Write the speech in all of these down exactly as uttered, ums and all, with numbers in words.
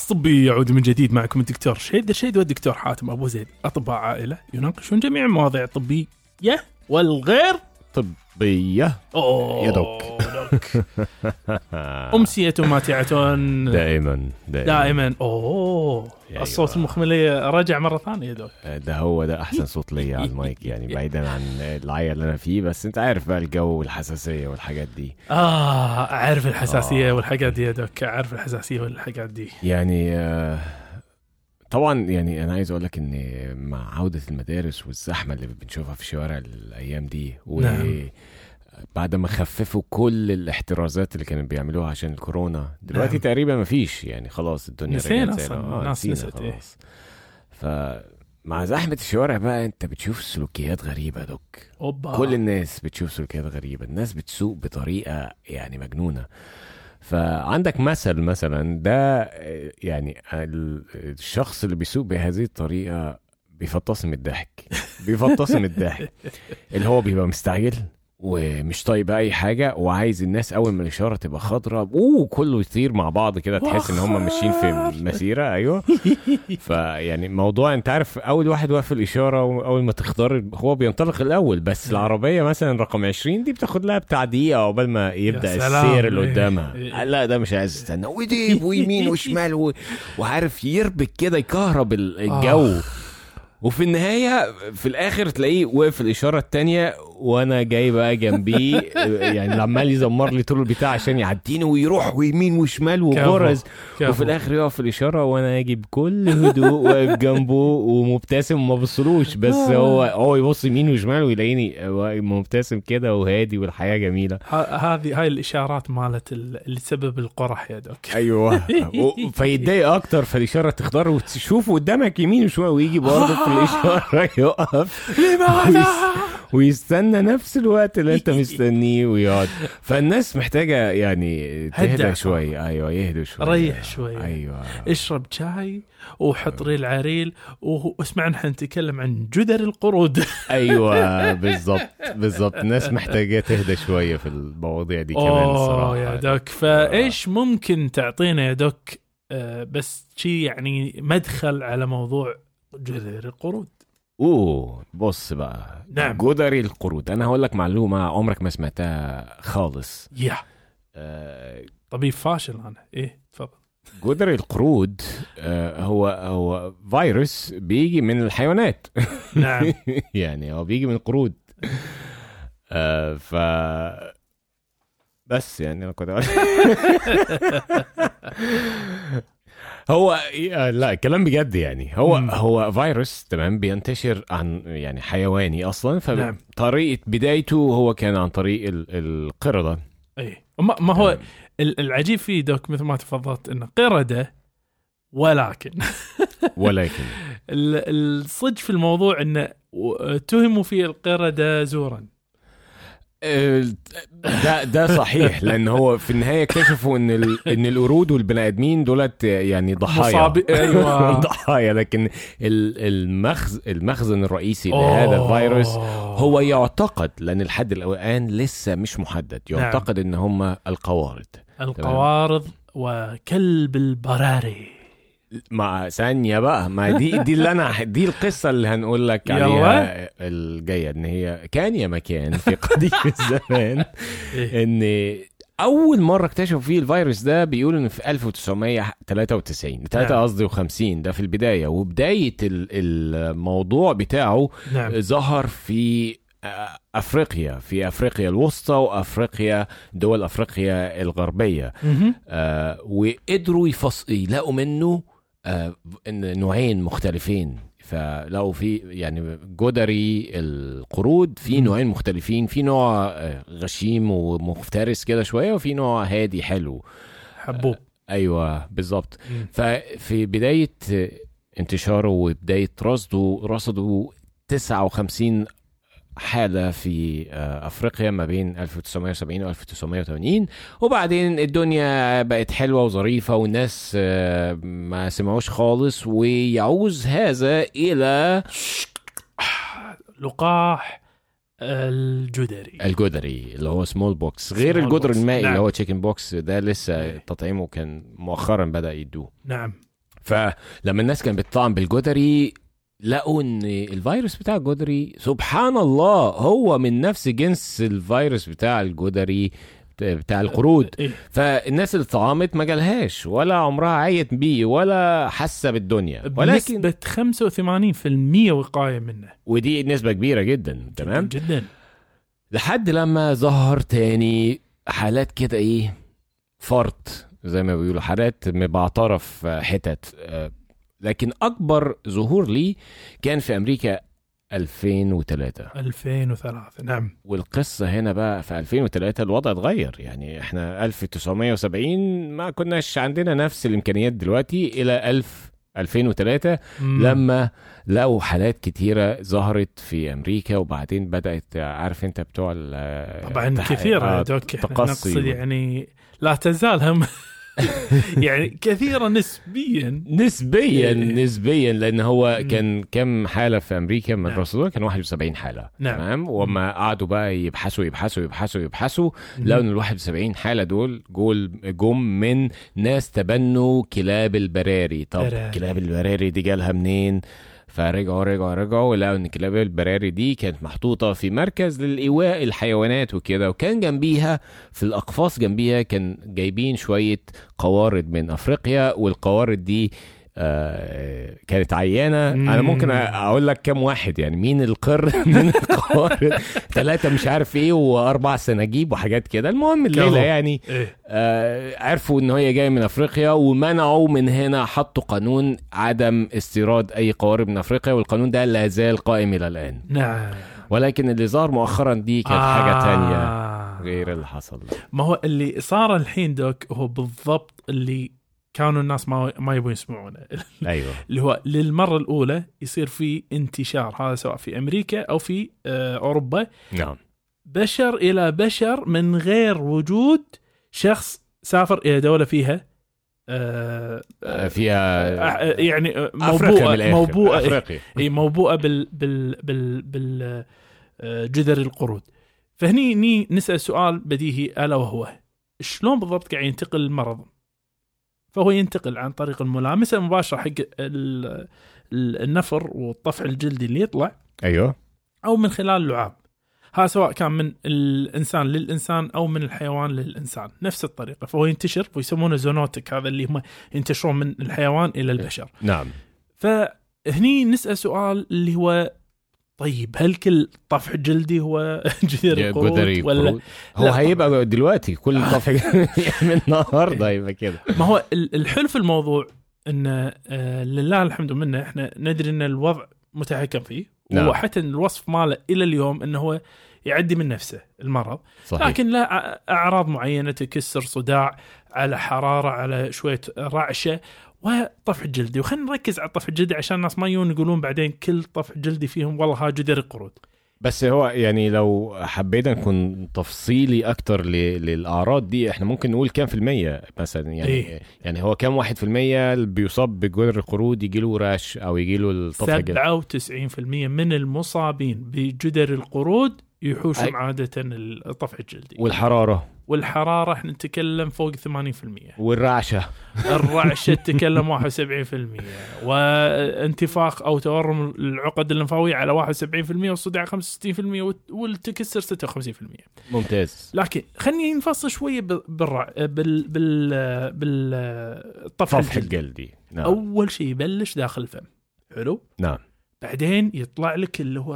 بودكاست طبي يعود من جديد. معكم الدكتور شهيد الشهيد والدكتور حاتم أبو زيد، أطباء عائلة يناقشون جميع المواضيع الطبية والغير طبية. أوه يا دوك أمسية ماتعة دائما دائما, دائما. أوه الصوت المخملي رجع مرة ثانية يا دوك. ده هو ده أحسن صوت لي على المايك يعني، بعيدا عن العيا اللي أنا فيه، بس أنت عارف بقى الجو والحساسية والحاجات دي. آه أعرف الحساسية آه. والحاجات دي يا دوك، أعرف الحساسية والحاجات دي يعني آه طبعا. يعني أنا عايز أقولك إن مع عودة المدارس والزحمة اللي بنشوفها في الشوارع الأيام دي، و نعم. بعد ما خففوا كل الاحترازات اللي كانوا بيعملوها عشان الكورونا، دلوقتي نعم. تقريبا ما فيش، يعني خلاص الدنيا رجعت زي آه الناس نسيت إيه. فمع زحمة الشوارع بقى انت بتشوف سلوكيات غريبة دوك. أوبا. كل الناس بتشوف سلوكيات غريبة، الناس بتسوق بطريقة يعني مجنونة. فعندك مثل مثلا ده، يعني الشخص اللي بيسوق بهذه الطريقة بيفطسم الضحك بيفطسم الضحك اللي هو بيبقى مستعجل ومش طيب اي حاجه، وعايز الناس اول ما الاشاره تبقى خضراء اوه كله يطير مع بعض كده، تحس ان هم ماشيين في مسيره. ايوه فيعني موضوع انت عارف، اول واحد واقف الاشاره واول ما تختار هو بينطلق الاول، بس العربيه مثلا رقم عشرين دي بتاخد لها بتاع دقيقه عقبال ما يبدا السير اللي قدامها. لا ده مش عايز يستنى ويديب ويمين وشمال وعارف يربك كده يكهرب الجو، وفي النهاية في الآخر تلاقيه وقف الإشارة التانية وأنا جاي بقى جنبيه يعني عمال يزمر لي طول البتاع عشان يعديني ويروح ويمين وشمال وغرز، وفي الآخر يقف الإشارة وأنا أجي بكل هدوء واقف جنبه ومبتسم وما بصلوش، بس هو هو يبص يمين وشمال ويلاقيني مبتسم كده وهادي والحياة جميلة. هذه هاي الإشارات مالت اللي تسبب القرح يا دوك. أيوة فيتضايق أكتر، فالإشارة تختار وتشوفه قدامك يمين وشوية ويجي برضه في الإشارة يقف لماذا ويستنى نفس الوقت اللي انت مستنيه ويقعد. فالناس محتاجة يعني تهدى شوي. ايوه يهدوا شوي، ريح شوي. ايوه اشرب شاي وحط ريل عريل واسمع نحن نتكلم عن جدر القرود. ايوه بالضبط بالضبط. الناس محتاجة تهدى شوية في المواضيع دي كمان الصراحة يا دوك. فايش ممكن تعطينا يا دوك آه بس شي يعني مدخل على موضوع جدر القرود؟ اوه بص بقى، نعم. جدري القرود انا هقول لك معلومه عمرك ما سمعتها خالص. يا آه طبيب فاشل انا. ايه تفضل. جدري القرود آه هو هو فيروس بيجي من الحيوانات. نعم. يعني هو بيجي من القرود. آه ف بس يعني انا كنت هو لا كلام بجد يعني. هو مم. هو فيروس تمام بينتشر عن يعني حيواني اصلا، فطريقه بدايته هو كان عن طريق القردة. اي ما, ما هو العجيب فيه دوك مثل ما تفضلت انه قردة، ولكن ولكن الصدق في الموضوع انه اتهموا فيه القردة زورا. ده ده صحيح، لان هو في النهايه اكتشفوا ان ان القرود والبني ادمين دولت يعني ضحايا. ايوه ضحايا. لكن المخزن المخزن الرئيسي لهذا الفيروس هو يعتقد، لان لحد الان لسه مش محدد، يعتقد نعم. ان هم القوارض. القوارض وكلب البراري. مع ثانية بقى، ما دي دي اللي انا دي القصة اللي هنقول لك عليها الجاية، ان هي كان يا مكان في قديم الزمان ان اول مرة اكتشفوا فيه الفيروس ده بيقولوا ان في ألف وتسعمية وتلاتة وتسعين ثلاثة قصدي وخمسين، ده في البداية. وبداية الموضوع بتاعه نعم. ظهر في أفريقيا، في أفريقيا الوسطى وأفريقيا دول أفريقيا الغربية. آه وقدروا يفص... يلاقوا منه آه نوعين مختلفين. فلقوا في يعني جدري القرود في نوعين مختلفين، في نوع آه غشيم ومفترس كده شوية، وفي نوع هادي حلو حبوب. آه أيوة بالضبط. ففي بداية انتشاره وبداية رصده رصدوا تسعة وخمسين حالة في أفريقيا ما بين ألف وتسعمية وسبعين و ألف وتسعمية وتمانين، وبعدين الدنيا بقت حلوة وظريفة والناس ما سمعوش خالص، ويعوز هذا إلى لقاح الجدري الجدري اللي هو سمول بوكس، غير الجدر المائي نعم. اللي هو تشيكن بوكس ده لسه تطعيمه كان مؤخرا بدأ يدوه. نعم. فلما الناس كانت بتطعم بالجدري لقوا ان الفيروس بتاع الجدري سبحان الله هو من نفس جنس الفيروس بتاع الجدري بتاع القرود. فالناس اللي طعمت ما جالهاش ولا عمرها عيت بيه ولا حاسه بالدنيا، ولكن بنسبة خمسة وثمانين بالمية وقاية منه، ودي نسبة كبيرة جدا. تمام جدا. لحد لما ظهر تاني حالات كده ايه فرط زي ما بيقولوا، حالات مبعترة في حتت، لكن اكبر ظهور لي كان في امريكا ألفين وثلاثة. ألفين وثلاثة نعم. والقصة هنا بقى في ألفين وثلاثة الوضع اتغير. يعني احنا ألف وتسعمية وسبعين ما كناش عندنا نفس الامكانيات دلوقتي الى ألف ألفين وثلاثة مم. لما لقوا حالات كتيرة ظهرت في امريكا، وبعدين بدأت عارف انت بتوع طبعا كثيرة يا دوك، نقصد يعني لا تزال هم يعني كثيرة نسبيا نسبيا نسبيا لأن هو كان كم حالة في أمريكا من رصدوها كان واحد وسبعين حالة. نعم. تمام. وما قعدوا بقى يبحثوا يبحثوا يبحثوا يبحثوا لو ان الواحد وسبعين حالة دول جول جم من ناس تبنوا كلاب البراري. طب براري. كلاب البراري دي جالها منين؟ فرجعوا رجعوا رجعوا ولقوا ان كلاب البراري دي كانت محطوطة في مركز للإيواء الحيوانات وكده، وكان جنبيها في الأقفاص جنبيها كان جايبين شوية قوارض من أفريقيا، والقوارض دي آه كانت عيانة. مم. أنا ممكن أقول لك كم واحد يعني مين القر من القوارض ثلاثة مش عارف إيه وأربع سناجيب وحاجات كده. المهم الليلة يعني آه عرفوا إن هي جاية من أفريقيا، ومنعوا من هنا حطوا قانون عدم استيراد أي قوارض من أفريقيا، والقانون ده لا زال قائم إلى الآن. نعم. ولكن اللي ظهر مؤخرا دي كانت آه. حاجة تانية غير اللي حصل. ما هو اللي صار الحين دوك هو بالضبط اللي كانوا الناس ما ما يبون يسمعونه. ايوه. اللي هو للمره الاولى يصير في انتشار، هذا سواء في امريكا او في اوروبا. نعم. بشر الى بشر من غير وجود شخص سافر الى دوله فيها فيها يعني موبوءه موبوءه اي موبوءه بال بال بال بال جذر القرود. فهني ني نسال سؤال بديهي الا وهو شلون بالضبط قاعد ينتقل المرض؟ فهو ينتقل عن طريق الملامسة المباشرة حق النفر والطفح الجلدي اللي يطلع. أيوه. أو من خلال اللعاب. هذا سواء كان من الإنسان للإنسان أو من الحيوان للإنسان، نفس الطريقة. فهو ينتشر ويسمونه زونوتيك، هذا اللي هم ينتشرون من الحيوان إلى البشر. نعم. فهني نسأل سؤال اللي هو طيب هل كل طفح جلدي هو جذر القرود ولا هو هيبقى دلوقتي كل طفح من النهارده يبقى كده؟ ما هو الحلو في الموضوع ان آه لله الحمد منه احنا ندري ان الوضع متحكم فيه. نعم. وحتى الوصف ماله الى اليوم انه هو يعدي من نفسه المرض. صحيح. لكن لا اعراض معينه تكسر، صداع، على حراره، على شويه رعشه وطفح جلدي. وخلينا نركز على الطفح الجلدي عشان الناس ما يجون يقولون بعدين كل طفح جلدي فيهم والله ها جذر القرود. بس هو يعني لو حبينا نكون تفصيلي اكتر للاعراض دي احنا ممكن نقول كام في المية مثلا يعني إيه؟ يعني هو كام واحد في المية اللي بيصاب بجذر القرود يجيله راش او يجيله الطفح الجلدي؟ سبعة وتسعين في المية من المصابين بجذر القرود يحوشون عادة الطفح الجلدي. والحرارة والحرارة احنا نتكلم فوق ثمانين في المية. والرعشة الرعشة تتكلم واحد وسبعين في المية. وانتفاخ أو تورم العقد الليمفاوية على واحد وسبعين في المية، والصداع خمسة وستين في المية، والتكسر ستة وخمسين في المية. ممتاز. لكن خليني نفصل شوية بالرع بال بال بالطفح الجلدي. نعم. أول شيء يبلش داخل الفم. حلو. نعم. بعدين يطلع لك اللي هو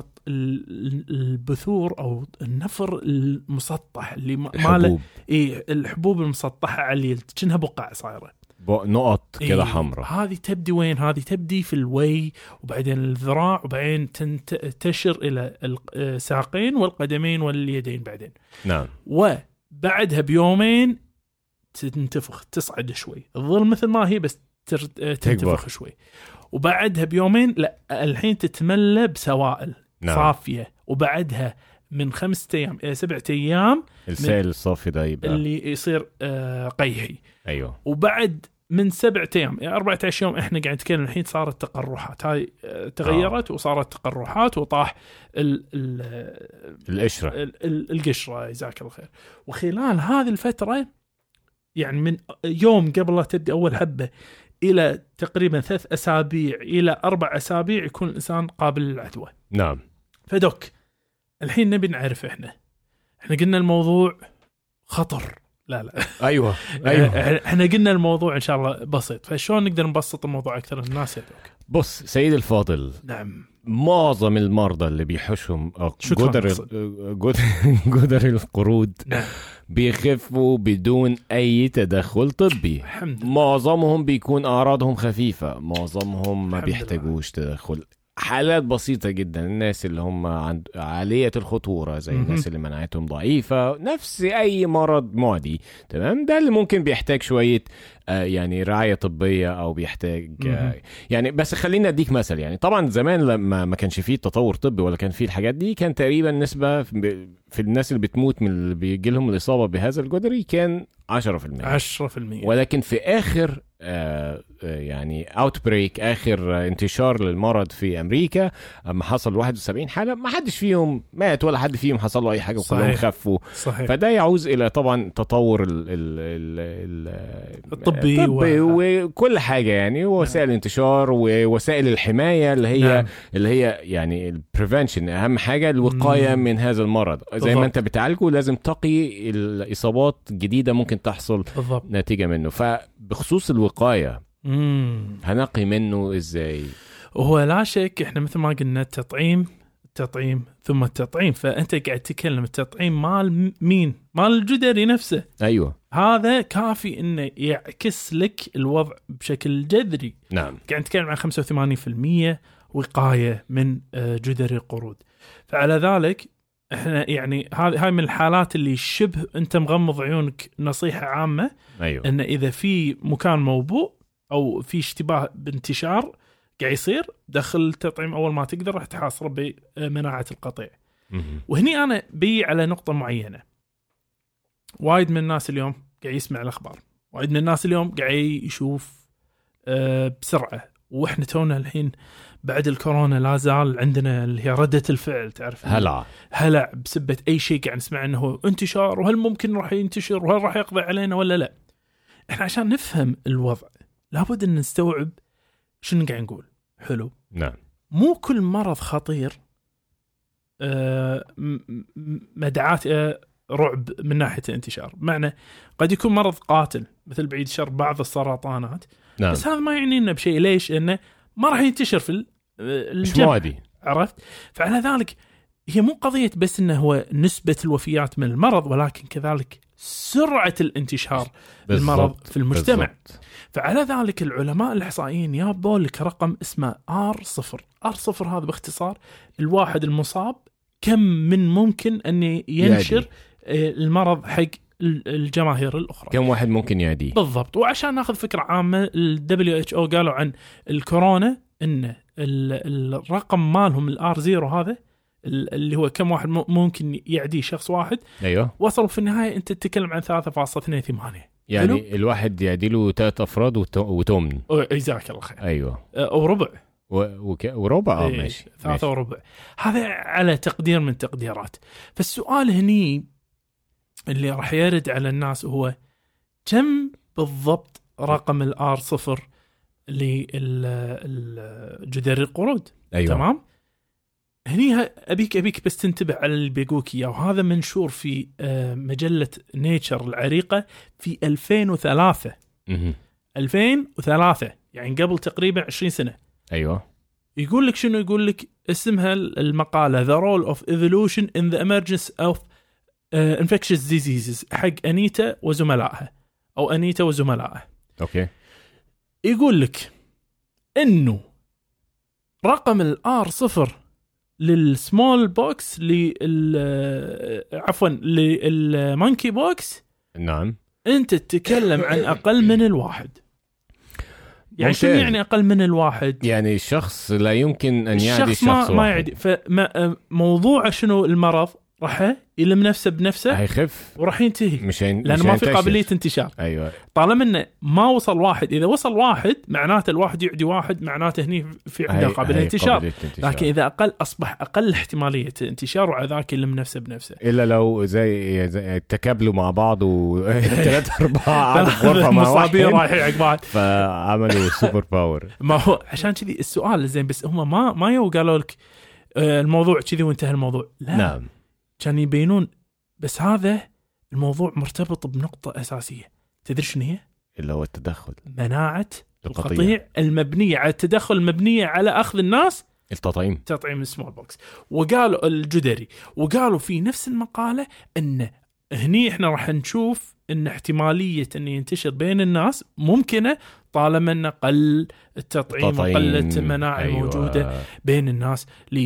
البثور او النفر المسطح اللي ماله ايه الحبوب المسطحه على اليد كأنها بقع صايره نقط كده إيه حمراء. هذه تبدي وين؟ هذه تبدي في الوي، وبعدين الذراع، وبعدين تنتشر الى الساقين والقدمين واليدين بعدين. نعم. وبعدها بيومين تنتفخ، تصعد شوي، تظل مثل ما هي بس تنتفخ شوي. وبعدها بيومين لا الحين تتملى بسوائل. نعم. صافية. وبعدها من خمسة أيام إلى سبعة أيام السائل الصافي ده يبقى اللي يصير آه قيحي. أيوه. وبعد من سبعة أيام إلى أربعة عشر يوم إحنا قاعد نتكلم الحين صارت تقرحات، هاي آه تغيرت. آه. وصارت تقرحات وطاح ال ال القشرة ال القشرة جزاك الله خير. وخلال هذه الفترة يعني من يوم قبل لا تبدأ أول حبة الى تقريبا ثلاث اسابيع الى اربع اسابيع يكون الانسان قابل للعدوى. نعم. فدوك الحين نبي نعرف احنا احنا قلنا الموضوع خطر. لا لا ايوه ايوه احنا قلنا الموضوع ان شاء الله بسيط، فشلون نقدر نبسط الموضوع اكثر للناس يا دوك؟ بص سيد الفاضل، نعم، معظم المرضى اللي بيحوشهم قدر قدر القرود نعم. بيخفوا بدون اي تدخل طبي. معظمهم بيكون اعراضهم خفيفه، معظمهم ما بيحتاجوش تدخل. حالات بسيطة جدا، الناس اللي هم عند عالية الخطورة زي الناس اللي مناعتهم ضعيفة، نفس أي مرض معدي، تمام، ده اللي ممكن بيحتاج شوية آه يعني رعاية طبية أو بيحتاج آه يعني. بس خلينا أديك مثل، يعني طبعا زمان لما ما كانش فيه تطور طبي ولا كان فيه الحاجات دي، كان تقريبا نسبة في الناس اللي بتموت من اللي بيجي لهم الإصابة بهذا الجدري كان عشرة في المية عشرة في المية. ولكن في آخر آه يعني اوتبريك، اخر انتشار للمرض في امريكا، اما حصل واحد وسبعين حاله، ما حدش فيهم مات ولا حد فيهم حصل له اي حاجه، وكلهم خفوا. صحيح. فده يعوز الى طبعا تطور ال ال ال الطبي و... وكل حاجه يعني، ووسائل الانتشار ووسائل الحمايه اللي هي نعم. اللي هي يعني البريفنشن، اهم حاجه الوقايه مم. من هذا المرض. زي بالضبط. ما انت بتعالجه لازم تقي الاصابات جديده ممكن تحصل بالضبط. نتيجه منه. فبخصوص الوقايه مم. هنقي منه ازاي؟ وهو لا شك احنا مثل ما قلنا التطعيم التطعيم ثم التطعيم. فانت قاعد تتكلم التطعيم مال مين؟ مال الجدري نفسه. ايوه، هذا كافي انه يعكس لك الوضع بشكل جذري. نعم، قاعد نتكلم عن خمسة وثمانين بالمية وقاية من جدري القرود. فعلى ذلك احنا يعني هاي هاي من الحالات اللي شبه انت مغمض عيونك. نصيحة عامة أيوة. ان اذا في مكان موبوء او في اشتباه بانتشار قاعد يصير، دخل التطعيم اول ما تقدر، راح تحاصره بمناعة القطيع. وهني انا بي على نقطة معينة. وايد من الناس اليوم قاعد يسمع الاخبار، وايد من الناس اليوم قاعد يشوف أه بسرعة. واحنا تونا الحين بعد الكورونا لا زال عندنا اللي هي ردة الفعل، تعرف، هلع هلع بسبة اي شيء قاعد نسمع انه انتشار، وهل ممكن راح ينتشر، وهل راح يقضي علينا ولا لا. احنا عشان نفهم الوضع لابد ان نستوعب شنو قاعد نقول. حلو، نعم، مو كل مرض خطير أه مدعاة أه رعب من ناحية الانتشار. معنى قد يكون مرض قاتل مثل بعيد الشر بعض السرطانات، نعم. بس هذا ما يعني لنا بشيء. ليش؟ انه ما راح ينتشر في الجمع، عرفت؟ فعلى ذلك هي مو قضية بس انه هو نسبة الوفيات من المرض، ولكن كذلك سرعة الانتشار المرض في المجتمع. بالزبط. فعلى ذلك العلماء الإحصائيين يابوا لك رقم اسمه آر صفر. آر صفر هذا باختصار الواحد المصاب كم من ممكن أن ينشر يادي. المرض حق الجماهير الأخرى، كم واحد ممكن يعدي بالضبط. وعشان ناخذ فكرة عامة، ال دبليو إتش أو قالوا عن الكورونا إن الرقم مالهم الآر زيرو هذا اللي هو كم واحد ممكن يعدي شخص واحد، أيوه، وصلوا في النهاية أنت تتكلم عن ثلاثة فاصلة اثنين ثمانية، يعني حلو؟ الواحد يعدي له ثلاث أفراد وتمن. جزاك الله خير. أيوه، أو ربع و... وك... وربع اه ماشي، ثلاثة وربع. هذا على تقدير من التقديرات. فالسؤال هني اللي راح يرد على الناس هو كم بالضبط رقم الآر صفر للجدري القرود؟ أيوة. تمام. هني أبيك أبيك بس تنتبه على اللي بيقوك إياه، وهذا منشور في مجلة نيتشر العريقة في ألفين وثلاثة. ألفين وثلاثة يعني قبل تقريبا عشرين سنة. أيوة. يقول لك شنو؟ يقول لك اسمها المقالة The Role of Evolution in the Emergence of uh, Infectious Diseases حق أنيتا وزملائها أو أنيتا وزملائها. أوكي. يقول لك إنه رقم الآر صفر للسمول بوكس لل عفوا للمونكي بوكس، نعم، أنت تتكلم عن أقل من الواحد. يعني شو يعني أقل من الواحد؟ يعني الشخص لا يمكن أن يعدي الشخص ما, ما يعدي. فموضوع شنو المرض راح يلم نفسه بنفسه هيخف وراح ينتهي مش هين... لأنه ما في قابلية انتشار. أيوة. طالما إنه ما وصل واحد، إذا وصل واحد معناته الواحد يعدي واحد، معناته هني في عنده قابلية انتشار. لكن إذا أقل أصبح أقل احتمالية انتشار، وعذاك يلم نفسه بنفسه. إلا لو زي, زي تكابلوا مع بعض وثلاثة أربعة غرفة مع واحد رايحين عق بعض فعملوا سوبر باور. ما هو عشان كذي السؤال زين، بس هم ما ما يو قالوا لك الموضوع كذي وانتهى الموضوع. لا نعم. كان يبينون بس هذا الموضوع مرتبط بنقطة أساسية، تدري شنو هي؟ اللي هو التدخل، مناعة القطيع المبنية على التدخل، المبنية على أخذ الناس التطعيم تطعيم السمول بوكس. وقالوا الجدري، وقالوا في نفس المقالة أن هني إحنا راح نشوف أن احتمالية أن ينتشر بين الناس ممكنة طالما أن قل التطعيم وقلت المناعة أيوة. موجودة بين الناس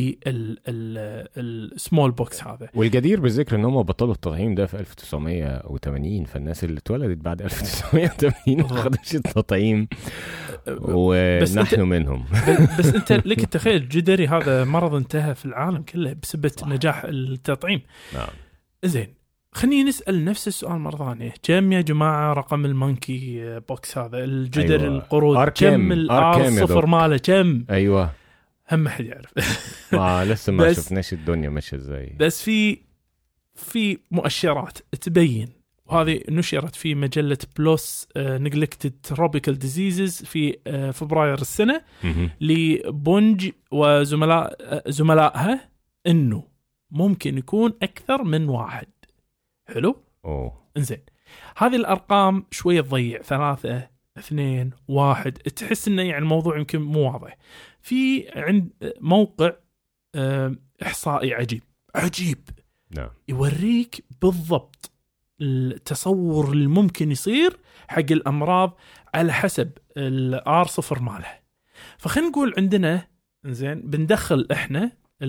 للسمول بوكس هذا. والجدير بالذكر أنهم بطلوا التطعيم ده في ألف وتسعمية وثمانين، فالناس اللي اتولدت بعد ألف وتسعمية وثمانين ما خدش التطعيم ونحن منهم. بس أنت لك تخيل الجدري هذا مرض انتهى في العالم كله بسبب نجاح التطعيم. نعم. زين، خليني نسأل نفس السؤال مرة ثانية. كم يا جماعة رقم المونكي بوكس هذا الجدر أيوة. القرود كم الآر صفر ماله كم؟ أيوة هم حد يعرف. ما لسه ما شفناش الدنيا ماشية ازاي، بس في في مؤشرات تبين، وهذه نشرت في مجلة بلوس نيجلكتد تروبيكال ديزيزز في uh, فبراير السنة لبونج وزملاء uh, زملائها إنه ممكن يكون أكثر من واحد. حلو؟ أوه. إنزين، هذه الأرقام شوية تضيع، ثلاثة اثنين واحد، تحس إنه يعني الموضوع يمكن مو واضح. في عند موقع إحصائي عجيب عجيب نعم. يوريك بالضبط التصور اللي ممكن يصير حق الأمراض على حسب الآر صفر ماله. فخلينا نقول عندنا إنزين بندخل إحنا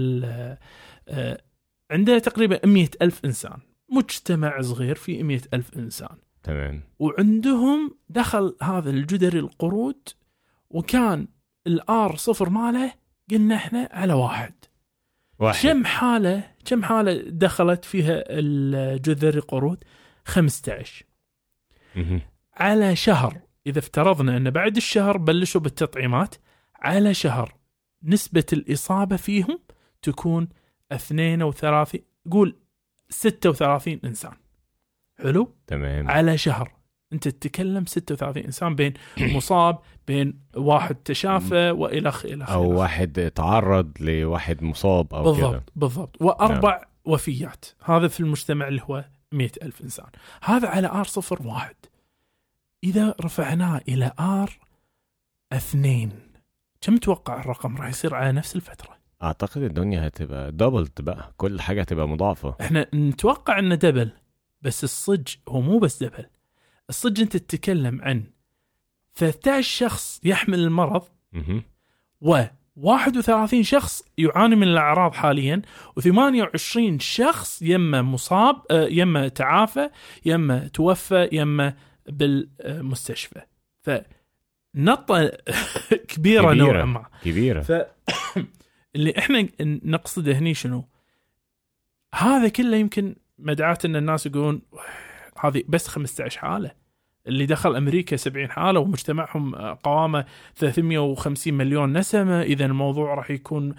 عندنا تقريبا مئة ألف إنسان، مجتمع صغير فيه مئة ألف إنسان. تمام. وعندهم دخل هذا الجدري القرود وكان الآر صفر ماله قلنا إحنا على واحد. واحد. كم حالة كم حالة دخلت فيها الجدري القرود؟ خمسة عشر على شهر. إذا افترضنا أن بعد الشهر بلشوا بالتطعيمات، على شهر نسبة الإصابة فيهم تكون اثنين وثلاثين، قول ستة وثلاثين إنسان. حلو؟ تمام. على شهر أنت تتكلم ستة وثلاثين إنسان بين مصاب، بين واحد تشافى وإلخ إلخ أو إلخ. واحد تعرض لواحد مصاب أو بالضبط كده. بالضبط. وأربع نعم. وفيات. هذا في المجتمع اللي هو مئة ألف إنسان. هذا على آر صفر واحد. إذا رفعناه إلى آر اثنين، كم توقع الرقم راح يصير على نفس الفترة؟ أعتقد الدنيا هتبقى دبلت بقى، كل حاجة هتبقى مضاعفة. إحنا نتوقع إنه دبل، بس الصج هو مو بس دبل. الصج أنت تتكلم عن ثلاثة عشر شخص يحمل المرض وواحد وثلاثين شخص يعاني من الأعراض حاليا، وثمانية وعشرين شخص يما مصاب، يما تعافى، يما توفى، يما بالمستشفى. فنطة كبيرة, كبيرة نوعا ما كبيرة. فاللي احنا نقصده هني شنو؟ هذا كله يمكن مدعاة ان الناس يقولون هذه بس خمسة عشر حالة. اللي دخل أمريكا سبعين حالة ومجتمعهم قوامه ثلاثمئة وخمسين مليون نسمة، إذا الموضوع راح يكون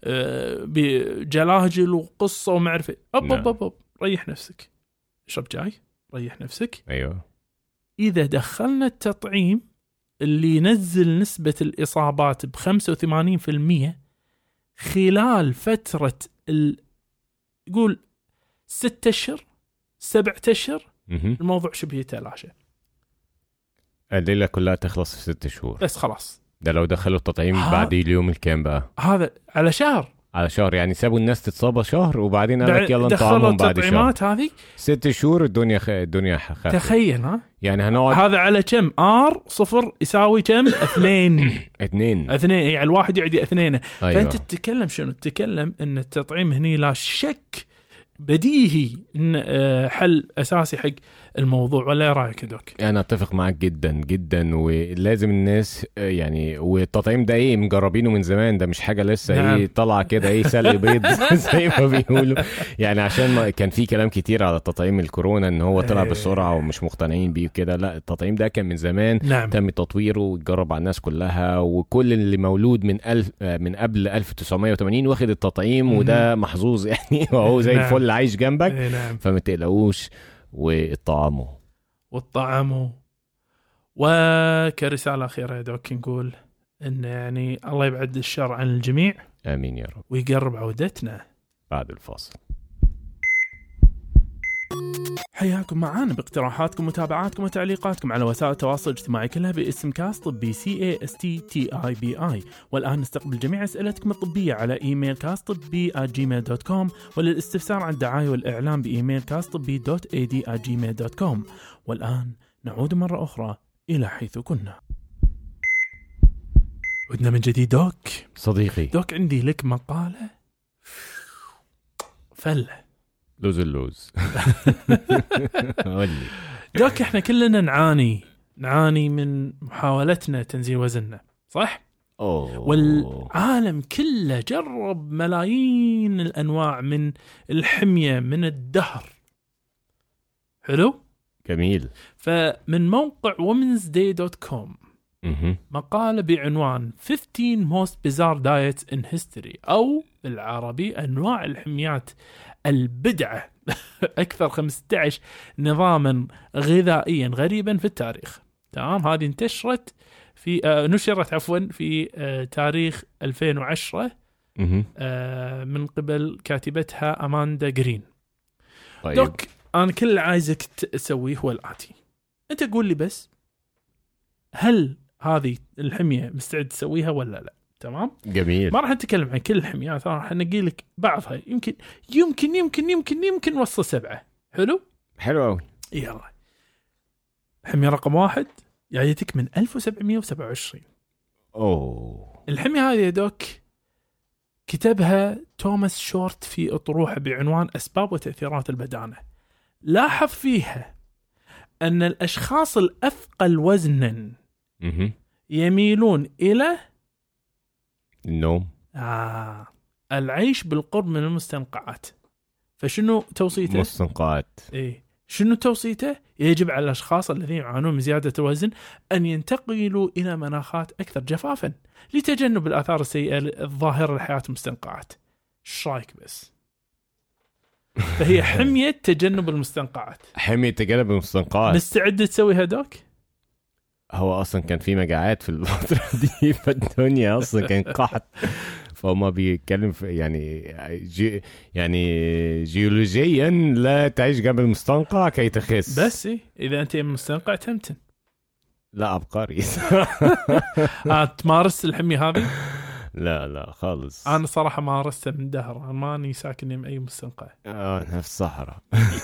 بجلاجل وقصة ومعرفة. أب أب أب أب. ريح نفسك، اشرب جاي، ريح نفسك. أيوة. إذا دخلنا التطعيم اللي ينزل نسبة الإصابات بخمسة وثمانين في المية خلال فترة ال... يقول ستة أشهر سبعة أشهر، الموضوع شبه يتلاشى. الليلة كلها تخلص في ستة شهور بس خلاص. ده لو دخلوا التطعيم بعد اليوم الكام بقى؟ هذا على شهر على شهر يعني سابوا الناس تتصاب شهر وبعدين قال لك يلا نطعمهم بعد شهر. هذه ست شهور الدنيا خ... الدنيا خفت. تخيل ها يعني هنقعد. هذا على كم؟ آر صفر يساوي كم؟ اثنين اثنين اثنين يعني الواحد يعدي اثنين. أيوة. فأنت تتكلم شنو؟ تتكلم ان التطعيم هني لا شك بديهي ان حل اساسي حق الموضوع، ولا رايك يا دوك؟ انا اتفق معاك جدا جدا، ولازم الناس يعني، والتطعيم ده ايه مجربينه من زمان، ده مش حاجه لسه نعم. ايه طلع كده ايه سلق بيض زي ما بيقولوا يعني، عشان ما كان في كلام كتير على التطعيم الكورونا ان هو طلع بسرعه ومش مقتنعين بيه كده. لا، التطعيم ده كان من زمان نعم. تم تطويره واتجرب على الناس كلها، وكل اللي مولود من ألف من قبل ألف وتسعمية وتمانين واخد التطعيم، وده محظوظ يعني وهو زي نعم. الفل عايش جنبك. نعم. فما تقلقوش، والطعامه والطعامه. وكرسالة أخيرة يا دوك نقول إن يعني الله يبعد الشر عن الجميع، آمين يا رب، ويقرب عودتنا بعد الفاصل. حياكم معانا باقتراحاتكم ومتابعاتكم وتعليقاتكم على وسائل التواصل الاجتماعي كلها باسم كاست طبي سي اي اس تي تي اي بي اي. والآن نستقبل جميع أسئلتكم الطبية على إيميل كاست طبي آت جيميل دوت كوم، وللاستفسار عن الدعاية والإعلان بإيميل كاست طبي دوت إي دي آت جيميل دوت كوم. والآن نعود مرة أخرى إلى حيث كنا. عدنا من جديد دوك صديقي. دوك عندي لك مقالة فلة لوز اللوز. قولي دوك، احنا كلنا نعاني نعاني من محاولتنا تنزيل وزننا، صح؟ أوه. والعالم كله جرب ملايين الأنواع من الحمية من الدهر. حلو؟ جميل. فمن موقع وومنز داي دوت كوم مقالة بعنوان fifteen most bizarre diets in history، أو بالعربي أنواع الحميات البدعة أكثر خمسة عشر نظاما غذائيا غريبا في التاريخ. تمام، هذه انتشرت في آه نشرت عفوا في آه تاريخ ألفين وعشرة آه من قبل كاتبتها أماندا جرين. طيب. دوك، أنا كل اللي عايزك تسويه هو الآتي، أنت قول لي بس هل هذه الحمية مستعد تسويها ولا لا؟ تمام، جميل. ما راح نتكلم عن كل الحميات، راح نقي لك بعضها، يمكن يمكن يمكن يمكن يمكن وصل سبعة. حلو حلو قوي. يلا، حمية رقم واحد جايتك من ألف وسبعمية وسبعة وعشرين. اوه. الحمية هذه يا دوك كتبها توماس شورت في أطروحة بعنوان أسباب وتأثيرات البدانة. لاحظ فيها أن الأشخاص الأثقل وزنا يميلون إلى النوم، آه. العيش بالقرب من المستنقعات. فشنو توصيته؟ مستنقعات. إيه، شنو توصيته؟ يجب على الأشخاص الذين يعانون من زيادة الوزن أن ينتقلوا إلى مناخات أكثر جفافا لتجنب الآثار السيئة الظاهرة لحياة المستنقعات. ايش رايك بس؟ فهي حمية تجنب المستنقعات. حمية تجنب المستنقعات. مستعد تسويها دوك؟ هو أصلا كان في مجاعات في الفترة دي، فالدنيا أصلا كان قحط، فهم بيتكلم في يعني جي يعني جيولوجيا لا تعيش جنب المستنقع كي تخس. بس إيه؟ إذا أنت مستنقع تمتن. لا عبقري. تمارس الحمية هذه؟ لا لا خالص. أنا صراحة مارستها من دهر، أنا ماني ساكن من أي مستنقع. آه أنا في الصحراء.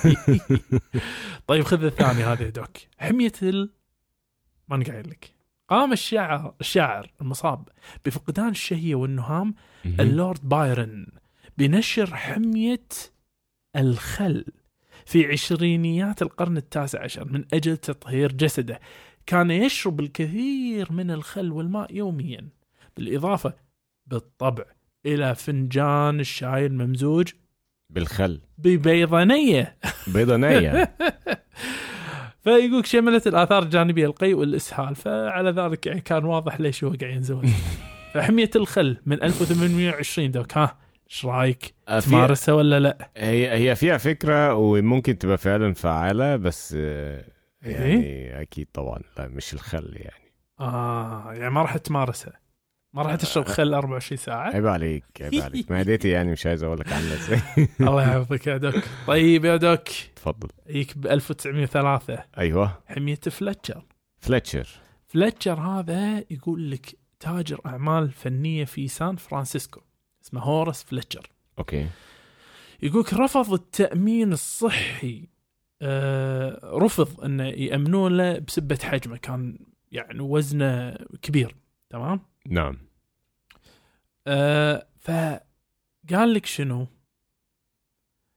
طيب خذ الثاني هذا يا دوك، حمية ال ما نقايل لك. قام الشاعر الشاعر المصاب بفقدان الشهية والنهام اللورد بايرن بنشر حمية الخل في عشرينيات القرن التاسع عشر من أجل تطهير جسده. كان يشرب الكثير من الخل والماء يوميا، بالإضافة بالطبع إلى فنجان الشاي الممزوج بالخل ببيضانية. بيضانية. فيقولك شملت الآثار الجانبية القيء والإسهال، فعلى ذلك يعني كان واضح ليش هو قاعد ينزوج. فحمية الخل من ألف وثمانمية وعشرين دوك، ها ايش رايك تمارسها ولا لا؟ هي هي فيها فكرة وممكن تبقى فعلا فعالة، بس يعني إيه؟ أكيد طبعا لا مش الخل يعني. آه يعني ما راح تمارسها، ما راح تشرب خل أربعة وعشرين ساعة. عيب عليك عيب عليك، معدتي يعني مش عايز أقول لك عنها ازاي. الله يحفظك يا دوك. طيب يا دوك تفضل. يك ب ألف وتسعمية وثلاثة. أيوة. حمية فلتشر. فلتشر فلتشر هذا يقول لك تاجر أعمال فنية في سان فرانسيسكو اسمه هورس فلتشر. أوكي. يقولك رفض التأمين الصحي، آه رفض أنه يأمنون له بسبة حجمه، كان يعني وزنه كبير. تمام. نعم. آه فقال لك شنو؟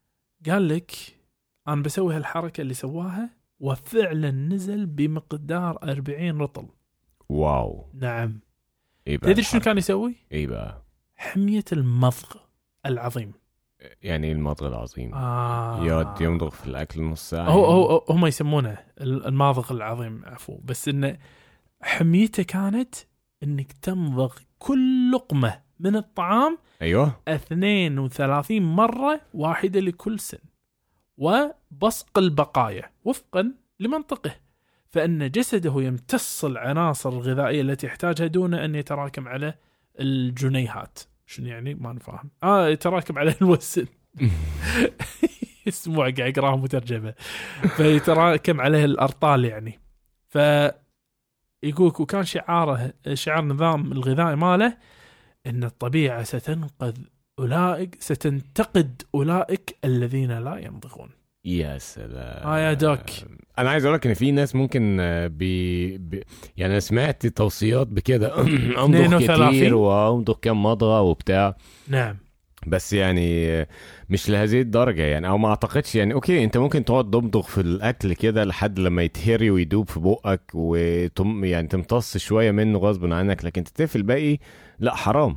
قال لك انا بسوي هالحركه اللي سواها وفعلا نزل بمقدار أربعين رطل. واو. نعم. إيه بقى تدري شنو كان يسوي؟ ايه بقى؟ حمية المضغ العظيم. يعني المضغ العظيم آه. يقعد يمضغ في الاكل نص ساعه. هو هو هم يسمونه الماضغ العظيم عفوا، بس انه حميته كانت انك تمضغ كل لقمه من الطعام ايوه اثنين وثلاثين مره واحده لكل سن، وبصق البقايا وفقا لمنطقه، فان جسده يمتص العناصر الغذائيه التي يحتاجها دون ان يتراكم على الجنيهات. شنو يعني؟ ما نفهم. اه يتراكم على الوزن. اسمه قاعد اقراها مترجمه. فيتراكم عليه الارطال يعني. ف يقولك وكان شعاره شعار نظام الغذائي ماله ان الطبيعه ستنقذ اولئك ستنتقد اولئك الذين لا يمضغون. يا سلام. اه يا دوك. انا عايز اقول لك ان في ناس ممكن بي, بي يعني انا سمعت توصيات بكده امضغ كتير وامضغ كم مضغه وبتاع. نعم. بس يعني مش لهذه الدرجه يعني، او ما اعتقدش يعني. اوكي انت ممكن تقعد تمضغ في الاكل كده لحد لما يتهري ويدوب في بقك وتم يعني تمتص شويه منه غصب عنك، لكن تتقفل الباقي لا حرام.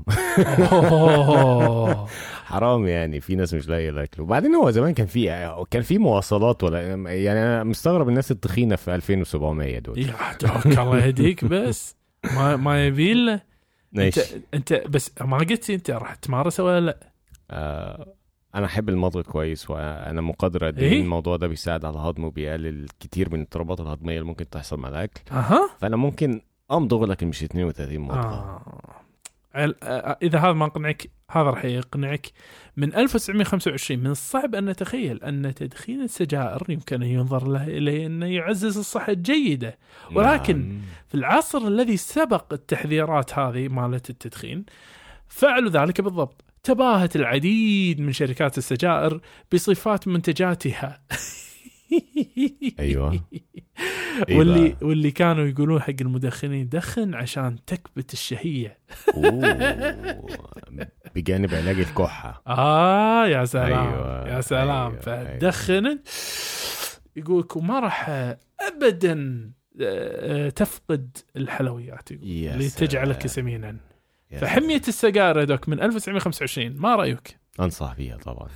حرام يعني. في ناس مش لاقيه الاكل. وبعدين هو زمان كان في كان في مواصلات ولا يعني، انا مستغرب الناس التخينه في ألفين وسبعمية دول. يا دوك الله يهديك. بس ما ما يبي له انت انت بس ما قلت انت راح تمارس ولا لا؟ آه انا احب المضغ كويس، وانا مقدر قد ايه الموضوع ده بيساعد على الهضم وبيقلل كتير من الاضطرابات الهضميه اللي ممكن تحصل مع الاكل. اها. فانا ممكن امضغ لكن مش اثنين وثلاثين مضغه. آه. اذا هذا ما قنعك هذا راح يقنعك. من ألف وتسعمائة وخمسة وعشرين من الصعب ان نتخيل ان تدخين السجائر يمكن ان ينظر له اليه انه يعزز الصحه الجيده، ولكن نعم. في العصر الذي سبق التحذيرات هذه مالت التدخين فعلوا ذلك بالضبط. تباهت العديد من شركات السجائر بصفات منتجاتها. ايوه. واللي واللي كانوا يقولون حق المدخنين دخن عشان تكبت الشهيه. بجانب علاج الكحه. اه يا سلام. أيوة. يا سلام. أيوة. فدخن أيوة. يقولك وما راح ابدا تفقد الحلويات اللي تجعلك سمينا. فحمية السجائر دوك من ألف وتسعمائة وخمسة وعشرين ما رأيك؟ أنصح فيها طبعا.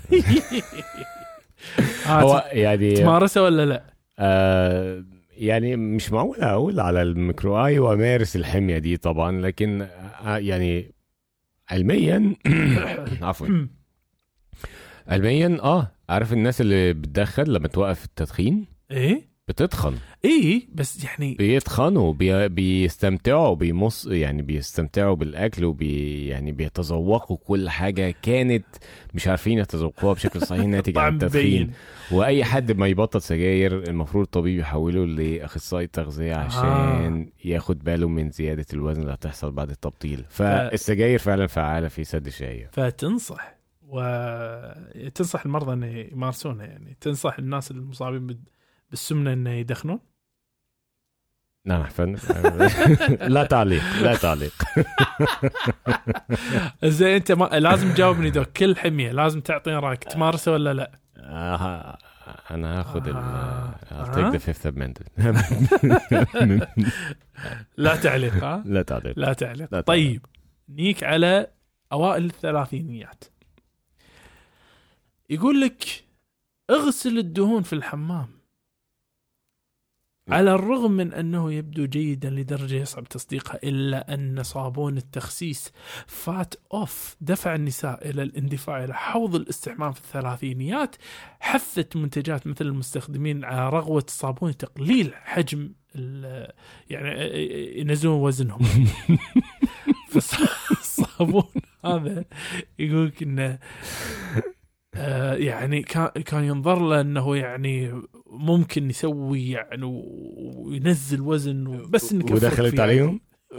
هو يعني تمارسه ولا لا؟ آه يعني مش معقول أقول على الميكروآي وأمارس الحمية دي طبعا، لكن آه يعني علميا عفوا علميا اه عارف الناس اللي بتدخن لما توقف التدخين ايه بتتخن. ايه بس يعني بيتخنوا بي بيستمتعوا بيمص يعني بيستمتعوا بالاكل وبي يعني بيتذوقوا كل حاجه كانت مش عارفين يتذوقوها بشكل صحيح ناتج عن التدخين. واي حد ما يبطل سجاير المفروض الطبيب يحوله لاخصائي تغذيه عشان آه. ياخد باله من زياده الوزن اللي هتحصل بعد التبطيل. فالسجاير فعلا فعاله في سد الشهيه. فتنصح وتنصح المرضى ان يمارسونها، يعني تنصح الناس المصابين بالسمنة إنه يدخنون؟ نعم فن. لا تعليق لا تعليق. إزاي أنت ما... لازم تجاوبني دوك. كل حمية لازم تعطيني رأيك تمارسه ولا لا؟ آه أنا هاخد ال I'll take the fifth amendment. لا تعليق. ها لا تعليق لا تعليق. طيب نيك على أوائل الثلاثينيات. يقول لك اغسل الدهون في الحمام. على الرغم من أنه يبدو جيدا لدرجة يصعب تصديقها، إلا أن صابون التخسيس فات أوف دفع النساء إلى الاندفاع إلى حوض الاستحمام في الثلاثينيات، حثت منتجات مثل المستخدمين على رغوة الصابون تقليل حجم يعني ينزلون وزنهم. فالصابون هذا يقولك إنه آه يعني كان كان ينظر له انه يعني ممكن يسوي يعني وينزل وزن بس انك ودخلت عليهم.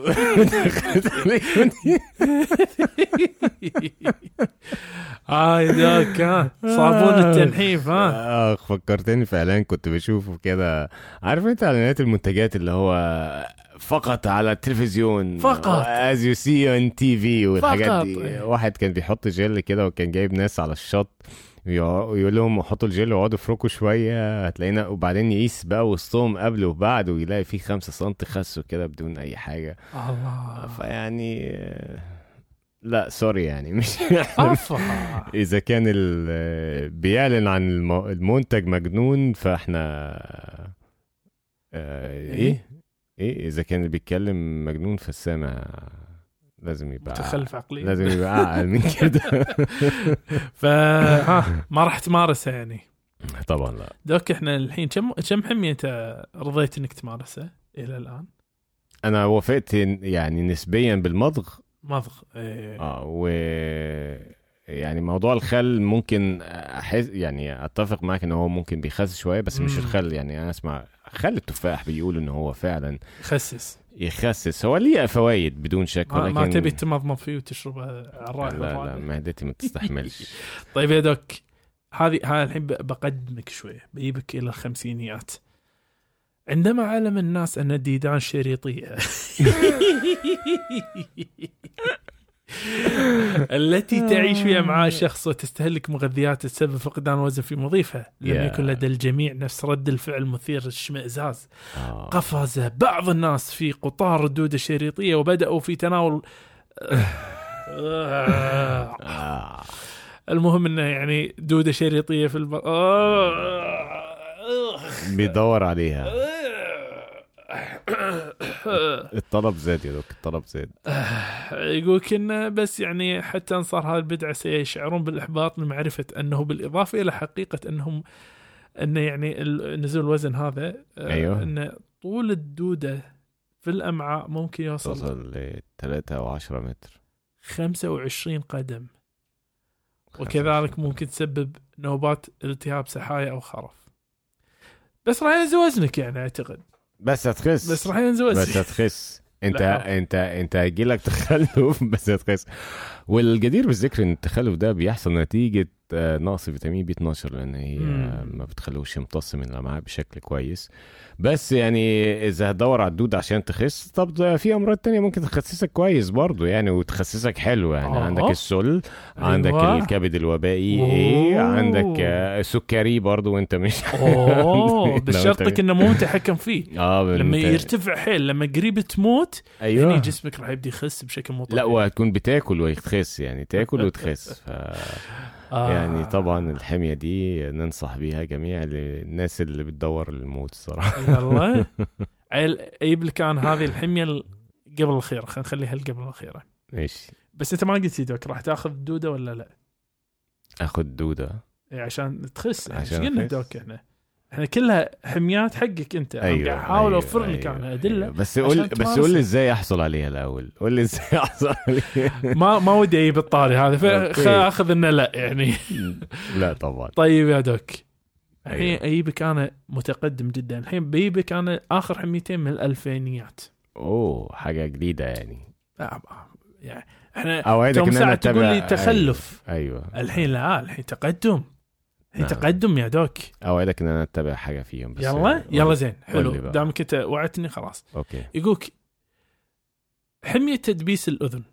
هاي ذاك كان صابون التنحيف. ها اخ فكرتني في اعلان كنت بشوفه كده، عارف انت اعلانات المنتجات اللي هو فقط على التلفزيون فقط as you see on تي في والحاجات دي. واحد كان بيحط جل كده وكان جايب ناس على الشط ويقول لهم حطوا الجل وقعدوا افركوا شويه هتلاقينا، وبعدين يقيس بقى وسطهم قبل وبعد ويلاقي فيه خمسة سنتي خسوا كده بدون اي حاجه. الله. فيعني لا سوري يعني مش اذا كان بيعلن عن المنتج مجنون فاحنا آه ايه ايه اذا كان بيتكلم مجنون فالسامع لازم يبقى متخلف عقليا، لازم يبقى اعقل من كده. فها ما راح تمارسها يعني؟ طبعا لا. دوك احنا الحين كم كم حمية انت رضيت انك تمارسها الى الان؟ انا وافقت يعني نسبيا بالمضغ. مضغ ايه. اه و يعني موضوع الخل ممكن احس يعني اتفق معك ان هو ممكن بيخسس شويه، بس مم. مش الخل يعني. انا اسمع خل التفاح بيقولوا ان هو فعلا يخسس يخسس، هو ليه فوائد بدون شك، ولكن ما تبي تمضمض فيه وتشربه على الراحه. لا لا معدتي ما تستحملش. طيب يا دوك، هذه هاي الحين بقدمك شويه، بجيبك الى الخمسينيات. عندما علم الناس ان الديدان شريطيه التي تعيش فيها مع شخص وتستهلك مغذيات تسبب فقدان وزن في مضيفها، لم yeah. يكن لدى الجميع نفس رد الفعل مثير الاشمئزاز. oh. قفز بعض الناس في قطار الدودة الشريطية وبدأوا في تناول المهم انه يعني دودة شريطية في الب... بيدور عليها. الطلب زاد يا دوك، الطلب زاد. يقول كنا بس يعني حتى أنصار هذه البدعة سيشعرون بالإحباط من معرفة أنه بالإضافة إلى حقيقة أنهم أن يعني نزول الوزن هذا أيوه. أن طول الدودة في الأمعاء ممكن يوصل توصل ل ثلاثة أو عشرة متر، خمسة وعشرين قدم، وكذلك ممكن تسبب نوبات التهاب سحايا أو خرف. بس راح ينزل وزنك يعني أعتقد، بس هتخس، بس راح ينزل وزنك، بس هتخس. انت انت انت هيجيلك تخلف بس هتخس. والجدير بالذكر ان التخلف ده بيحصل نتيجة نقص فيتامين بي اتناشر، لان هي ما بتخلوش يمتص من الامعاء بشكل كويس. بس يعني اذا هتدور على الدود عشان تخس، طب في امراض تانية ممكن تخسسك كويس برضو يعني، وتخسسك حلو يعني. آه. عندك السل، عندك أيوة. الكبد الوبائي، أوه. ايه عندك السكري برضو وانت مش اوه بشرطك انه مو متحكم فيه. اه لما انت... يرتفع حيل لما قريب تموت، أيوة. يعني جسمك راح يبدي يخس بشكل مو طبيعي. لا وهتكون بتاكل ويتخس يعني، تاكل وتخس. ف... آه. يعني طبعا الحمية دي ننصح بيها جميع الناس اللي بتدور الموت الصراحة. والله عيب لك كان هذه الحمية قبل الخير، خلينا نخليها قبل الخيرة. ماشي. بس انت ما قلت لي دوك راح تاخذ دودة ولا لا؟ اخذ دودة ايه عشان تخس. ايش قلنا دوك احنا احنا كلها حميات حقك انت. أيوة. حاول اوفر لك أيوة. انا ادله. أيوة. بس قول بس قول لي ازاي احصل عليها الاول، قول لي ازاي احصل عليها. ما ما ودي اجيب الطاري هذا، فاخذ انه لا يعني. لا طبعا. طيب يا دوك الحين أيوة. اجيبك انا متقدم جدا. الحين بجيبك انا اخر حميتين من الالفينيات. اوه حاجه جديده يعني. آه يعني احنا اوعدك ان انا تقول لي تخلف. ايوه. الحين لا، الحين تقدم. نعم. تقدم يا دوك. اوعدك ان انا اتبع حاجه فيهم. بس يلا يلا زين حلو دامك انت وعدتني خلاص. اوكي. يقولك حمية تدبيس الاذن.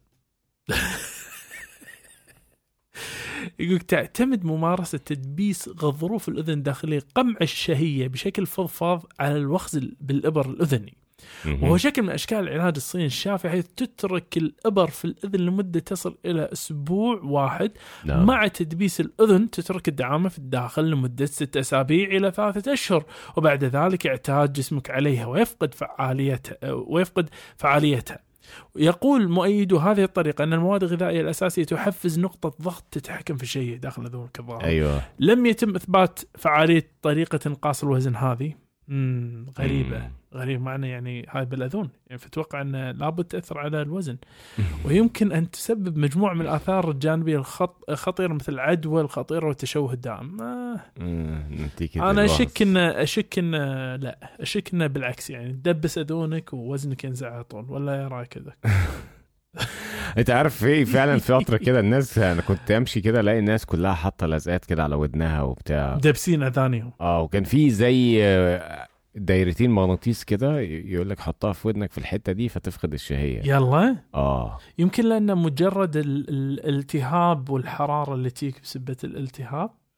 يقولك تعتمد ممارسة تدبيس غضروف الاذن الداخلية قمع الشهية بشكل فضفاض على الوخز بالابر الاذني، وهو شكل من أشكال العلاج الصيني الشافي، حيث تترك الإبر في الأذن لمدة تصل إلى أسبوع واحد. نعم. مع تدبيس الأذن تترك الدعامة في الداخل لمدة ستة أسابيع إلى ثلاثة أشهر، وبعد ذلك اعتاد جسمك عليها ويفقد فعاليتها ويفقد فعاليتها. يقول مؤيد هذه الطريقة أن المواد الغذائية الأساسية تحفز نقطة ضغط تتحكم في الشيء داخل أذنك الظاهر. أيوة. لم يتم إثبات فعالية طريقة انقاص الوزن هذه. مم. غريبة. مم. غريب معنى يعني هاي بالأذن يعني، فتوقع أن لابد تأثر على الوزن ويمكن أن تسبب مجموعة من الآثار الجانبية الخطيرة مثل العدوى الخطيرة والتشوه الدائم. آه. أنا أشك إن أشك إن لا أشك إن بالعكس يعني تدبس أذنك ووزنك ينزع على طول، ولا يا رأيك كذا؟ انت عارف في فعلا في فتره كده الناس، انا كنت امشي كده الاقي الناس كلها حاطه لزقات كده على ودنها وبتاع، دبسين اذانهم. اه وكان في زي دايرتين مغناطيس كده يقول لك حطها في ودنك في الحته دي فتفقد الشهيه. يلا اه يمكن لان مجرد الالتهاب والحراره اللي تيجي بسبه الالتهاب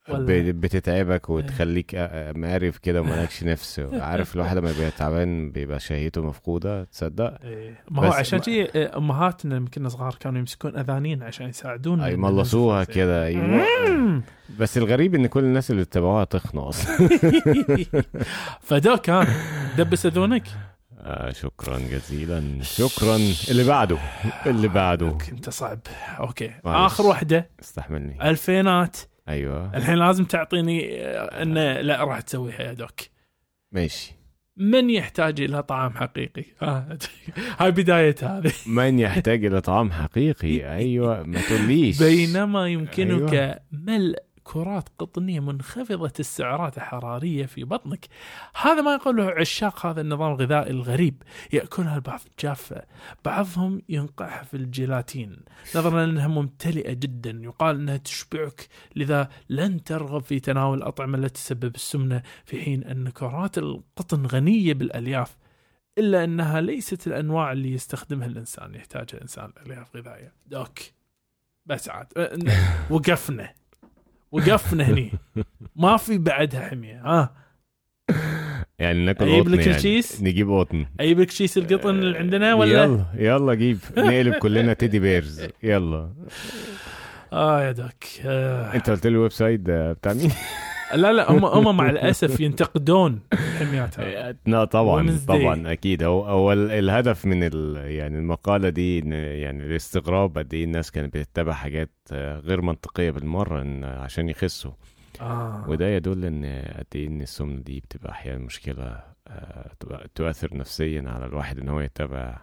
بتتعبك وتخليك مقرف كده ومالكش نفس. عارف الواحد لما بيبقى تعبان بيبقى شهيته مفقودة. تصدق ما هو عشان شيء أمهاتنا لما كنا صغار كانوا يمسكون أذانين عشان يساعدونا أي ملصوها كده. أيوة. بس الغريب إن كل الناس اللي اتبعوها تخنق أصلا. فده كان دبس أذونك. آه شكرا جزيلا. شكرا. اللي بعده اللي بعده انت صعب. اوكي اخر واحده استحملني. الفينات. ايوه الحين لازم تعطيني ان لا راح تسويها يا دوك. ماشي. من يحتاج الى طعام حقيقي؟ آه. هاي بدايه هذه. من يحتاج الى طعام حقيقي. ايوه ما تقوليش. بينما يمكنك أيوة. ملء كرات قطنية منخفضة السعرات الحرارية في بطنك. هذا ما يقوله عشاق هذا النظام الغذائي الغريب. يأكلها البعض جافة، بعضهم ينقعها في الجيلاتين نظرا أنها ممتلئة جدا، يقال أنها تشبعك، لذا لن ترغب في تناول الأطعمة التي تسبب السمنة، في حين أن كرات القطن غنية بالألياف، إلا أنها ليست الأنواع اللي يستخدمها الإنسان. يحتاج الإنسان ألياف غذائية. دوك بس عاد وقفنا وقفنا هني ما في بعدها حمية. ها يعني ناكل قطن يعني. نجيب قطن. أجيب لك شيس القطن اللي عندنا ولا يلا يلا جيب نقلب كلنا تيدي بيرز. يلا اه يا دوك. آه. انت قلت لي الويب سايت بتاع مين؟ لا لا هم هم مع الأسف ينتقدون الحميات. لا طبعا طبعا أكيد. هو هو الهدف من يعني المقالة دي يعني الاستغراب قد إيه الناس كانت بتتبع حاجات غير منطقية بالمرة إن عشان يخسوا. آه. وده يدل إن قد إيه إن السمنة دي بتبقى أحيانا مشكلة تؤثر نفسيا على الواحد إن هو يتبع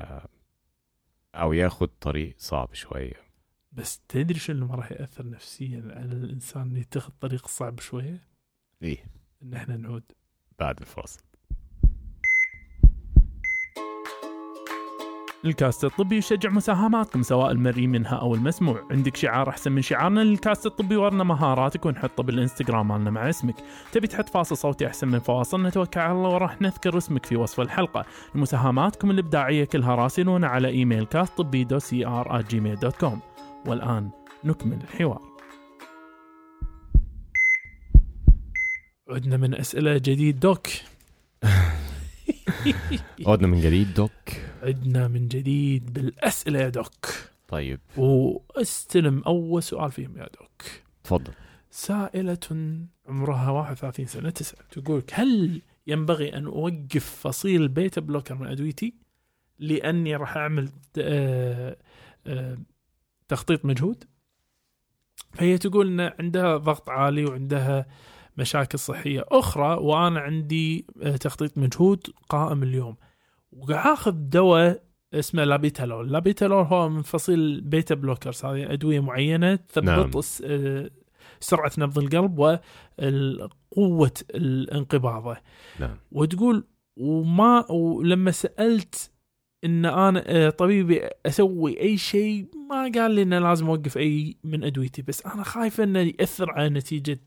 أو ياخد طريق صعب شوية. بس تدري شو اللي ما راح يأثر نفسيا على الإنسان يتخذ طريق صعب شوية؟ إيه؟ إن إحنا نعود بعد الفاصل. الكاست الطبي يشجع مساهماتكم سواء المرئي منها أو المسموع. عندك شعار أحسن من شعارنا للكاست الطبي؟ ورنا مهاراتك ونحطه بالإنستغرام مالنا مع اسمك. تبي تحط فاصل صوتي أحسن من فواصل؟ نتوكل على الله وراح نذكر اسمك في وصف الحلقة. مساهماتكم الإبداعية كلها راسلونا على إيميل كاست طبي دو سي آر آت جيميل دوت كوم. والآن نكمل الحوار. عدنا من أسئلة جديد دوك. عدنا من جديد دوك. عدنا من جديد بالأسئلة يا دوك. طيب واستلم أول سؤال فيهم يا دوك. تفضل. سائلة عمرها واحد وثلاثين سنة تسأل تقول: هل ينبغي أن أوقف فصيل بيتا بلوكر من أدويتي لأني راح أعمل آآ آآ تخطيط مجهود؟ فهي تقول أن عندها ضغط عالي وعندها مشاكل صحية أخرى، وأنا عندي تخطيط مجهود قائم اليوم، وأخذ دواء اسمه لابيتالول. لابيتالول هو من فصيل بيتا بلوكرز، هذه أدوية معينة تثبط نعم. سرعة نبض القلب وقوة الانقباض. نعم. وتقول وما ولما سألت إن أنا طبيبي أسوي أي شيء ما قال لي إنه لازم أوقف أي من أدويتي، بس أنا خايفة إنه يأثر على نتيجة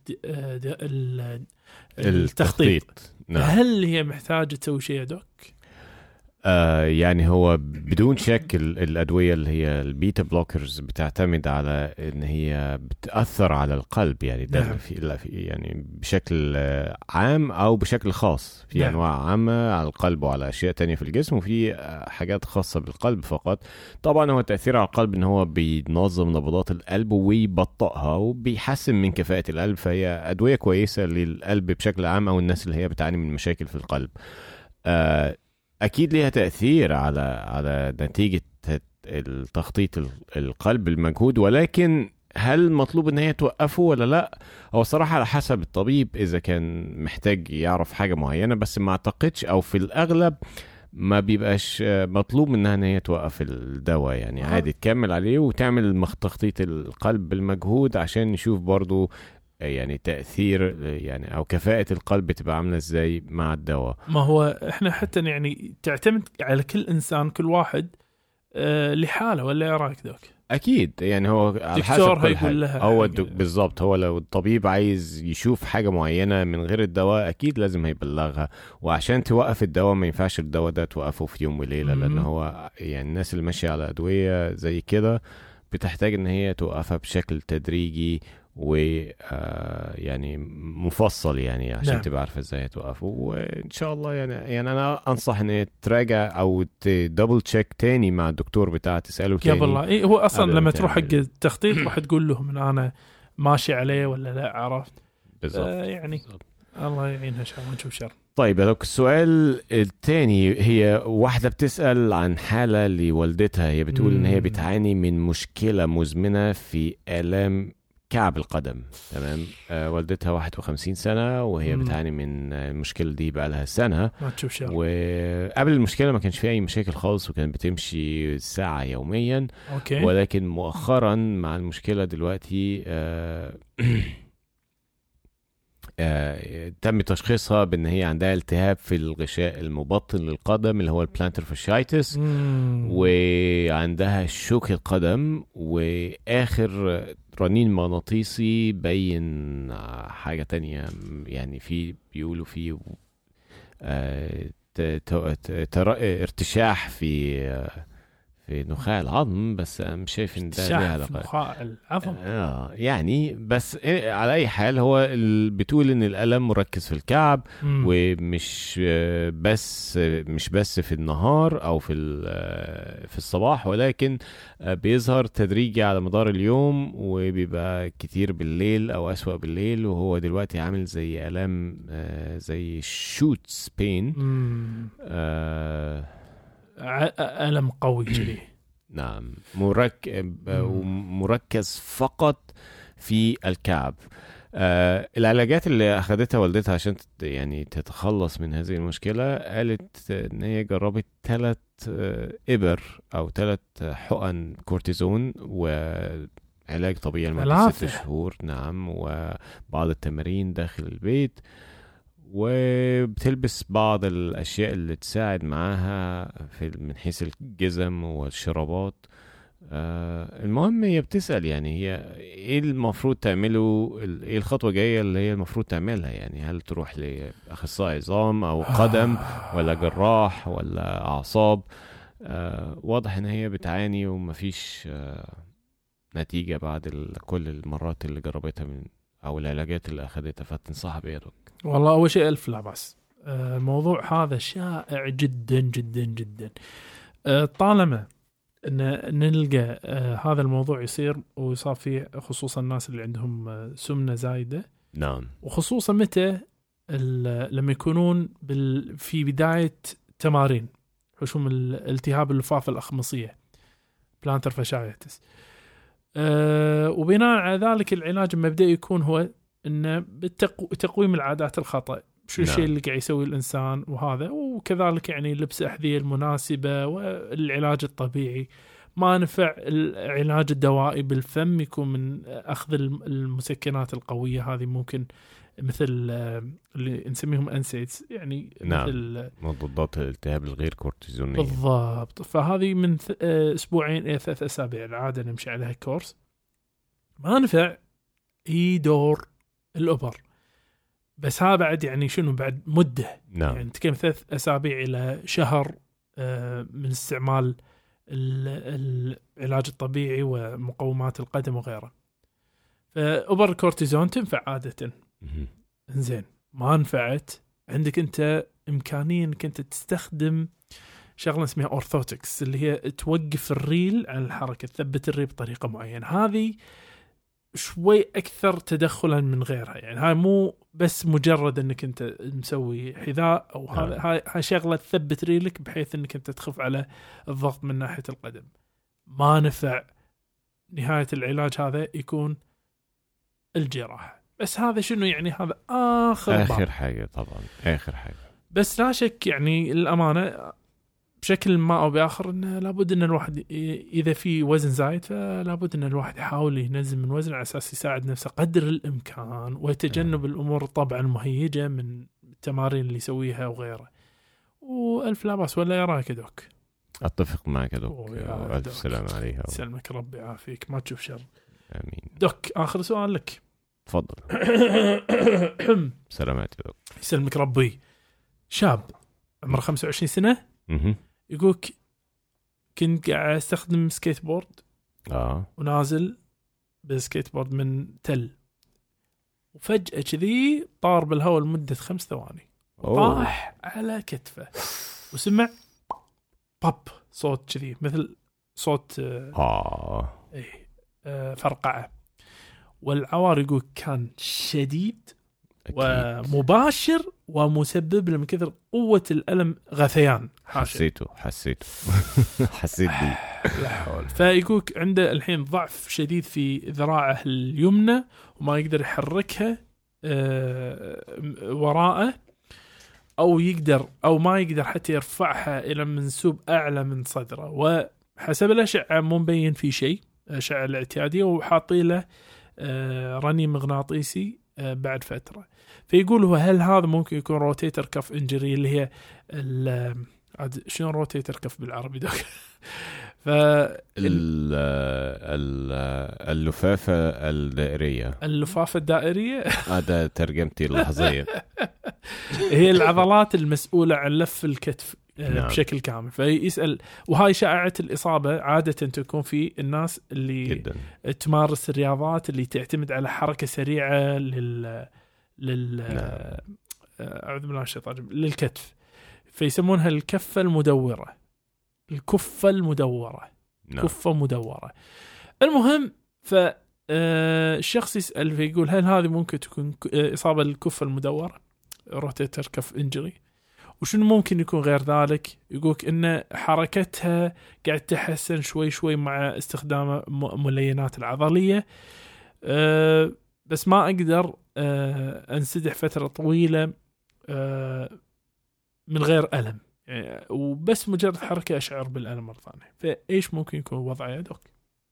التخطيط. نعم. هل هي محتاجة تسوي شيء يا دوك؟ آه يعني هو بدون شك الأدوية اللي هي البيتا بلوكرز بتعتمد على إن هي بتأثر على القلب، يعني ده نعم. في يعني بشكل عام أو بشكل خاص، في نعم. أنواع عامة على القلب وعلى أشياء تانية في الجسم، وفي حاجات خاصة بالقلب فقط. طبعا هو تأثير على القلب إن هو بينظم نبضات القلب ويبطئها وبيحسن من كفاءة القلب، فهي أدوية كويسة للقلب بشكل عام أو الناس اللي هي بتعاني من مشاكل في القلب. آه أكيد ليها تأثير على على نتيجة التخطيط القلب المجهود، ولكن هل مطلوب إن هي توقفه ولا لا؟ هو صراحة على حسب الطبيب إذا كان محتاج يعرف حاجة معينة، بس ما أعتقدش أو في الأغلب ما بيبقاش مطلوب منها إن هي توقف الدواء، يعني عادي تكمل عليه وتعمل تخطيط القلب بالمجهود عشان نشوف برضو يعني تأثير يعني أو كفاءة القلب تبقى عاملة إزاي مع الدواء. ما هو إحنا حتى يعني تعتمد على كل إنسان، كل واحد آه لحاله، ولا إيه رأيك دوك؟ أكيد يعني هو على حسب كل حاجة. هو بالضبط، هو لو الطبيب عايز يشوف حاجة معينة من غير الدواء أكيد لازم هيبلغها، وعشان توقف الدواء ما ينفعش الدواء ده توقفه في يوم وليلة، لأن هو يعني الناس اللي ماشية على أدوية زي كده بتحتاج إن هي توقفها بشكل تدريجي ويعني مفصل يعني عشان نعم. تبقى عارفة ازاي توقف. وان شاء الله يعني يعني انا انصح ان تراجع او تدبل تشيك تاني مع الدكتور بتاعه، تساله تاني قبل لا إيه هو اصلا لما تروح حق التخطيط راح تقول لهم ان انا ماشي عليه ولا لا، عرفت بالضبط آه يعني بالزبط. الله يعينها شر ما نشوف شر. طيب يا دوك السؤال الثاني، هي واحدة بتسأل عن حالة لوالدتها، هي بتقول مم. ان هي بتعاني من مشكلة مزمنة في آلام كعب القدم. تمام. آه والدتها واحد وخمسين سنة وهي مم. بتعاني من المشكلة دي بقى لها سنة، ما تشوف شر. وقبل المشكلة ما كانش فيها أي مشاكل خالص وكانت بتمشي ساعة يوميا. أوكي. ولكن مؤخرا مع المشكلة دلوقتي آه آه، تم تشخيصها بان هي عندها التهاب في الغشاء المبطن للقدم اللي هو البلانتر فاشايتس، وعندها شوك القدم، واخر رنين مغناطيسي بين حاجة تانية يعني في بيقولوا في آه ارتشاح في آه في نخاع العظم، بس أنا مش شايف إن ده ليه علاقة. نخاع العظم آه يعني بس إيه على أي حال هو بتقول إن الألم مركز في الكعب مم. ومش بس مش بس في النهار أو في في الصباح، ولكن بيظهر تدريجي على مدار اليوم وبيبقى كتير بالليل أو أسوأ بالليل، وهو دلوقتي عامل زي ألم زي شوتس بين آه ألم قوي جدي. نعم. مركب مركز فقط في الكعب. آه العلاجات اللي أخذتها والدتها عشان يعني تتخلص من هذه المشكلة، قالت إن هي جربت ثلاث آه إبر أو ثلاث حقن كورتيزون وعلاج طبيعي لمدة ست شهور. نعم. وبعض التمارين داخل البيت، وبتلبس بعض الأشياء اللي تساعد معاها في من حيث الجزم والشرابات. آه المهم هي بتسأل يعني هي ايه المفروض تعمله، ايه الخطوة الجاية اللي هي المفروض تعملها، يعني هل تروح لأخصائي عظام أو قدم ولا جراح ولا أعصاب. آه واضح ان هي بتعاني ومفيش آه نتيجة بعد كل المرات اللي جربتها من أو العلاجات اللي أخذتها، فتنصحها بيدك. والله أول شيء ألف لا بأس. الموضوع هذا شائع جدا جدا جدا. طالما إن نلقى هذا الموضوع يصير ويصاب فيه خصوصا الناس اللي عندهم سمنة زايدة. نعم. وخصوصا متى لما يكونون في بداية تمارين حشوم الالتهاب اللفاف الأخمصية بلانتر فاشايتس. وبناء على ذلك العلاج المبدئي يكون هو إنه بتقويم العادات الخطأ، شو الشيء اللي قاعد يسوي الإنسان وهذا، وكذلك يعني لبس أحذية المناسبة والعلاج الطبيعي. ما نفع العلاج الدوائي بالفم يكون من أخذ المسكنات القوية، هذه ممكن مثل اللي نسميهم أنسيدز يعني نعم. مثل مضادات الالتهاب الغير كورتيزونية بالضبط. فهذه من أسبوعين إلى ثلاث أسابيع العادة نمشي عليها كورس. ما نفع اي دور الأبر، بس هذا بعد يعني شنو بعد مدة نعم. يعني تكلم ثلاث أسابيع إلى شهر من استعمال العلاج الطبيعي ومقومات القدم وغيره. فأبر كورتيزون تنفع عادة. إنزين ما نفعت عندك أنت إمكانية أنك أنت تستخدم شغلة اسمها أورثوتكس اللي هي توقف الريل عن الحركة، تثبت الريل بطريقة معينة. هذه شوي أكثر تدخلا من غيرها، يعني هاي مو بس مجرد أنك أنت مسوي حذاء أو هذا، هاي هاي شغلة تثبت ريلك بحيث أنك أنت تخف على الضغط من ناحية القدم. ما نفع. نهاية العلاج هذا يكون الجراحة. بس هذا شنو يعني هذا آخر آخر حاجة طبعا آخر حاجة. بس لا شك يعني الأمانة بشكل ما أو بآخر إنه لابد إن الواحد إذا في وزن زايد فلابد إن الواحد يحاول ينزل من وزن على أساس يساعد نفسه قدر الإمكان ويتجنب الأمور طبعا المهيجة من التمارين اللي يسويها وغيره. وألف لا بأس. ولا يراك يا دوك؟ أتفق معك يا دوك. ألف سلام عليها. سلمك ربي عافيك ما تشوف شر. آمين. دوك آخر سؤال لك. تفضل. سلامات يا دوك. سلمك ربي. شاب عمره خمسة وعشرين سنة يقولك كنت قاعد استخدم سكيت بورد آه. ونازل بالسكيت بورد من تل وفجأة كذي طار بالهواء لمدة خمس ثواني، طاح على كتفه وسمع باب صوت كذي مثل صوت آه إيه آه فرقعة. والعوار يقول كان شديد أكيد. ومباشر ومسبب من كثر قوة الألم غثيان. حسيته حسيته حسيت بيه. لا حول. فيقول عنده الحين ضعف شديد في ذراعه اليمنى وما يقدر يحركها آه وراءه، أو يقدر أو ما يقدر حتى يرفعها إلى منسوب أعلى من صدره. وحسب الأشعة مو مبين في شيء، الأشعة الاعتيادية، وحاطي له آه رني مغناطيسي آه بعد فترة. فيقول هو هل هذا ممكن يكون روتيتر كف انجري اللي هي شنو روتيتر كف بالعربي دوك؟ ف اللفافة الدائرية اللفافة الدائرية هذا ترجمتي اللحظية. هي العضلات المسؤولة عن لف الكتف نعم. بشكل كامل. فيسأل، وهاي شائعة الإصابة عادة تكون في الناس اللي جدا. تمارس الرياضات اللي تعتمد على حركة سريعة لل لل نعم. أعوذ بالله من الشيطان للكتف، فيسمونها الكفة المدورة، الكفة المدورة نعم. كفة مدورة. المهم فالشخص يسأل فيقول هل هذه ممكن تكون إصابة الكفة المدورة روتيتر كف إنجري، وشنو ممكن يكون غير ذلك؟ يقولك إن حركتها قاعد تحسن شوي شوي مع استخدام ملينات العضلية، أه بس ما أقدر أه أنسدح فترة طويلة أه من غير ألم، يعني وبس مجرد حركة أشعر بالألم مرة ثانية. فإيش ممكن يكون وضع يا دوك؟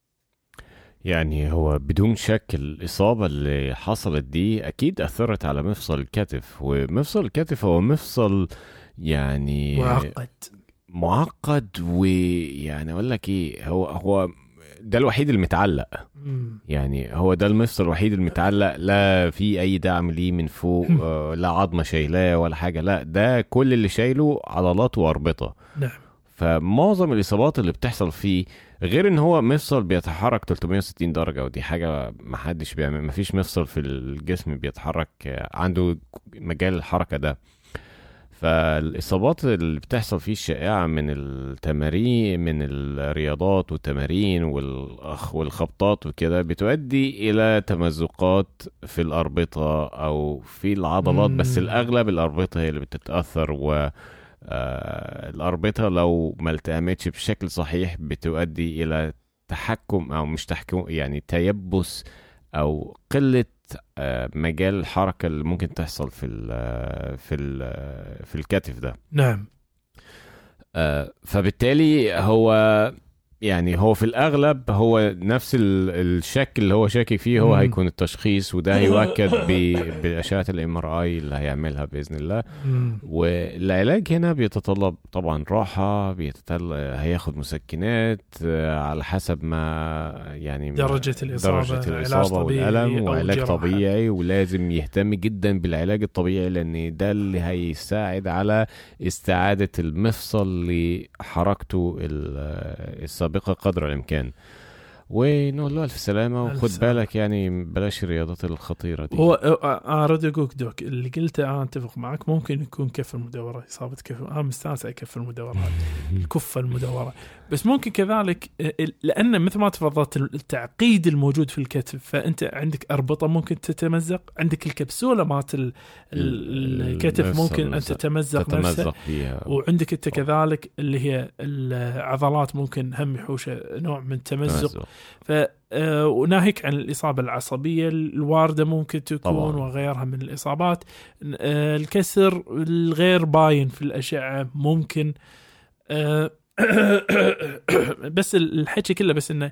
يعني هو بدون شك الإصابة اللي حصلت دي أكيد أثرت على مفصل الكتف، ومفصل الكتف هو مفصل يعني معقد معقد ويعني أقول لك إيه، هو هو ده الوحيد المتعلق. مم. يعني هو ده المفصل الوحيد المتعلق، لا في أي دعم ليه من فوق لا عظمة شايلاه ولا حاجة، لا ده كل اللي شايله عضلات وأربطة. نعم. فمعظم الإصابات اللي بتحصل فيه، غير ان هو مفصل بيتحرك ثلاثمية وستين درجة، ودي حاجة ما حدش بيعمل، ما فيش مفصل في الجسم بيتحرك عنده مجال الحركة ده. فالإصابات اللي بتحصل فيه الشائعة من التمارين، من الرياضات والتمارين والخبطات وكده، بتؤدي إلى تمزقات في الأربطة أو في العضلات، بس الأغلب الأربطة هي اللي بتتأثر، و آه الأربطة لو ما التأمتش بشكل صحيح بتؤدي إلى تحكم أو مش تحكم، يعني تيبس أو قلة آه مجال الحركة اللي ممكن تحصل في ال في ال في الكتف ده. نعم. آه فبالتالي هو يعني هو في الأغلب هو نفس الشك اللي هو شاكك فيه هو هيكون التشخيص، وده هيؤكد بأشعة الام ار اي اللي هيعملها بإذن الله. والعلاج هنا بيتطلب طبعا راحة، بيتطلب هياخد مسكنات على حسب ما يعني درجة الإصابة, درجة الإصابة والألم، وعلاج طبيعي، ولازم يهتم جدا بالعلاج الطبيعي لأن ده اللي هيساعد على استعادة المفصل لحركته السابقة بقى قدر الامكان. ونقول له الف سلامه وخد بالك، يعني بلاش الرياضات الخطيره دي. هو ارد اقولك دوك اللي قلته انا اتفق معك، ممكن يكون كف المدوره، اصابه كف، انا مستانس على كف المدوره الكفه المدوره، بس ممكن كذلك لان مثل ما تفضلت التعقيد الموجود في الكتف، فانت عندك اربطه ممكن تتمزق، عندك الكبسوله مالت الكتف ممكن ان تتمزق نفسها، وعندك انت كذلك اللي هي العضلات ممكن هم يحوش نوع من التمزق. ف وناهيك عن الإصابة العصبية الواردة ممكن تكون طبعا. وغيرها من الإصابات. الكسر الغير باين في الأشعة ممكن بس الحكي كله بس إنه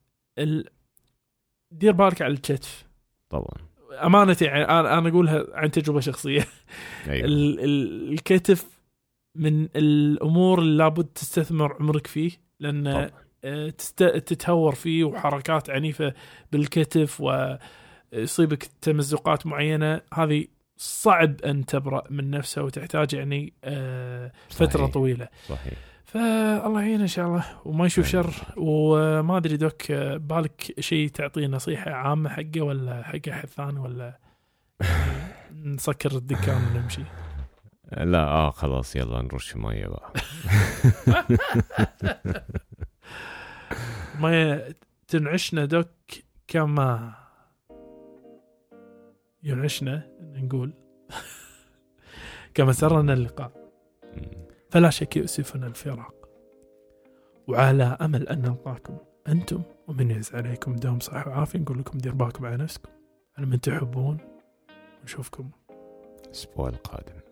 دير بالك على الكتف طبعا أمانة، يعني أنا أنا أقولها عن تجربة شخصية. أيوة. الكتف من الأمور اللي لابد تستثمر عمرك فيه، لأن طبعا. تتهور فيه وحركات عنيفة بالكتف ويصيبك تمزقات معينة، هذه صعب أن تبرأ من نفسها وتحتاج يعني فترة صحيح. طويلة. صحيح. فالله يعين إن شاء الله وما يشوف شر. وما أدري دوك بالك شيء تعطيه نصيحة عامة حقه ولا حقه حد ثاني ولا نسكر الدكان ونمشي. لا اه خلاص يلا نرش مية بقى. مية تنعشنا دوك كما ينعشنا نقول. كما سرنا اللقاء فلا شك يؤسفنا الفراق، وعلى أمل أن نلقاكم أنتم ومن يعز عليكم دوم صحة وعافية. نقول لكم دير بالكم على نفسكم على من تحبون، ونشوفكم الأسبوع القادم.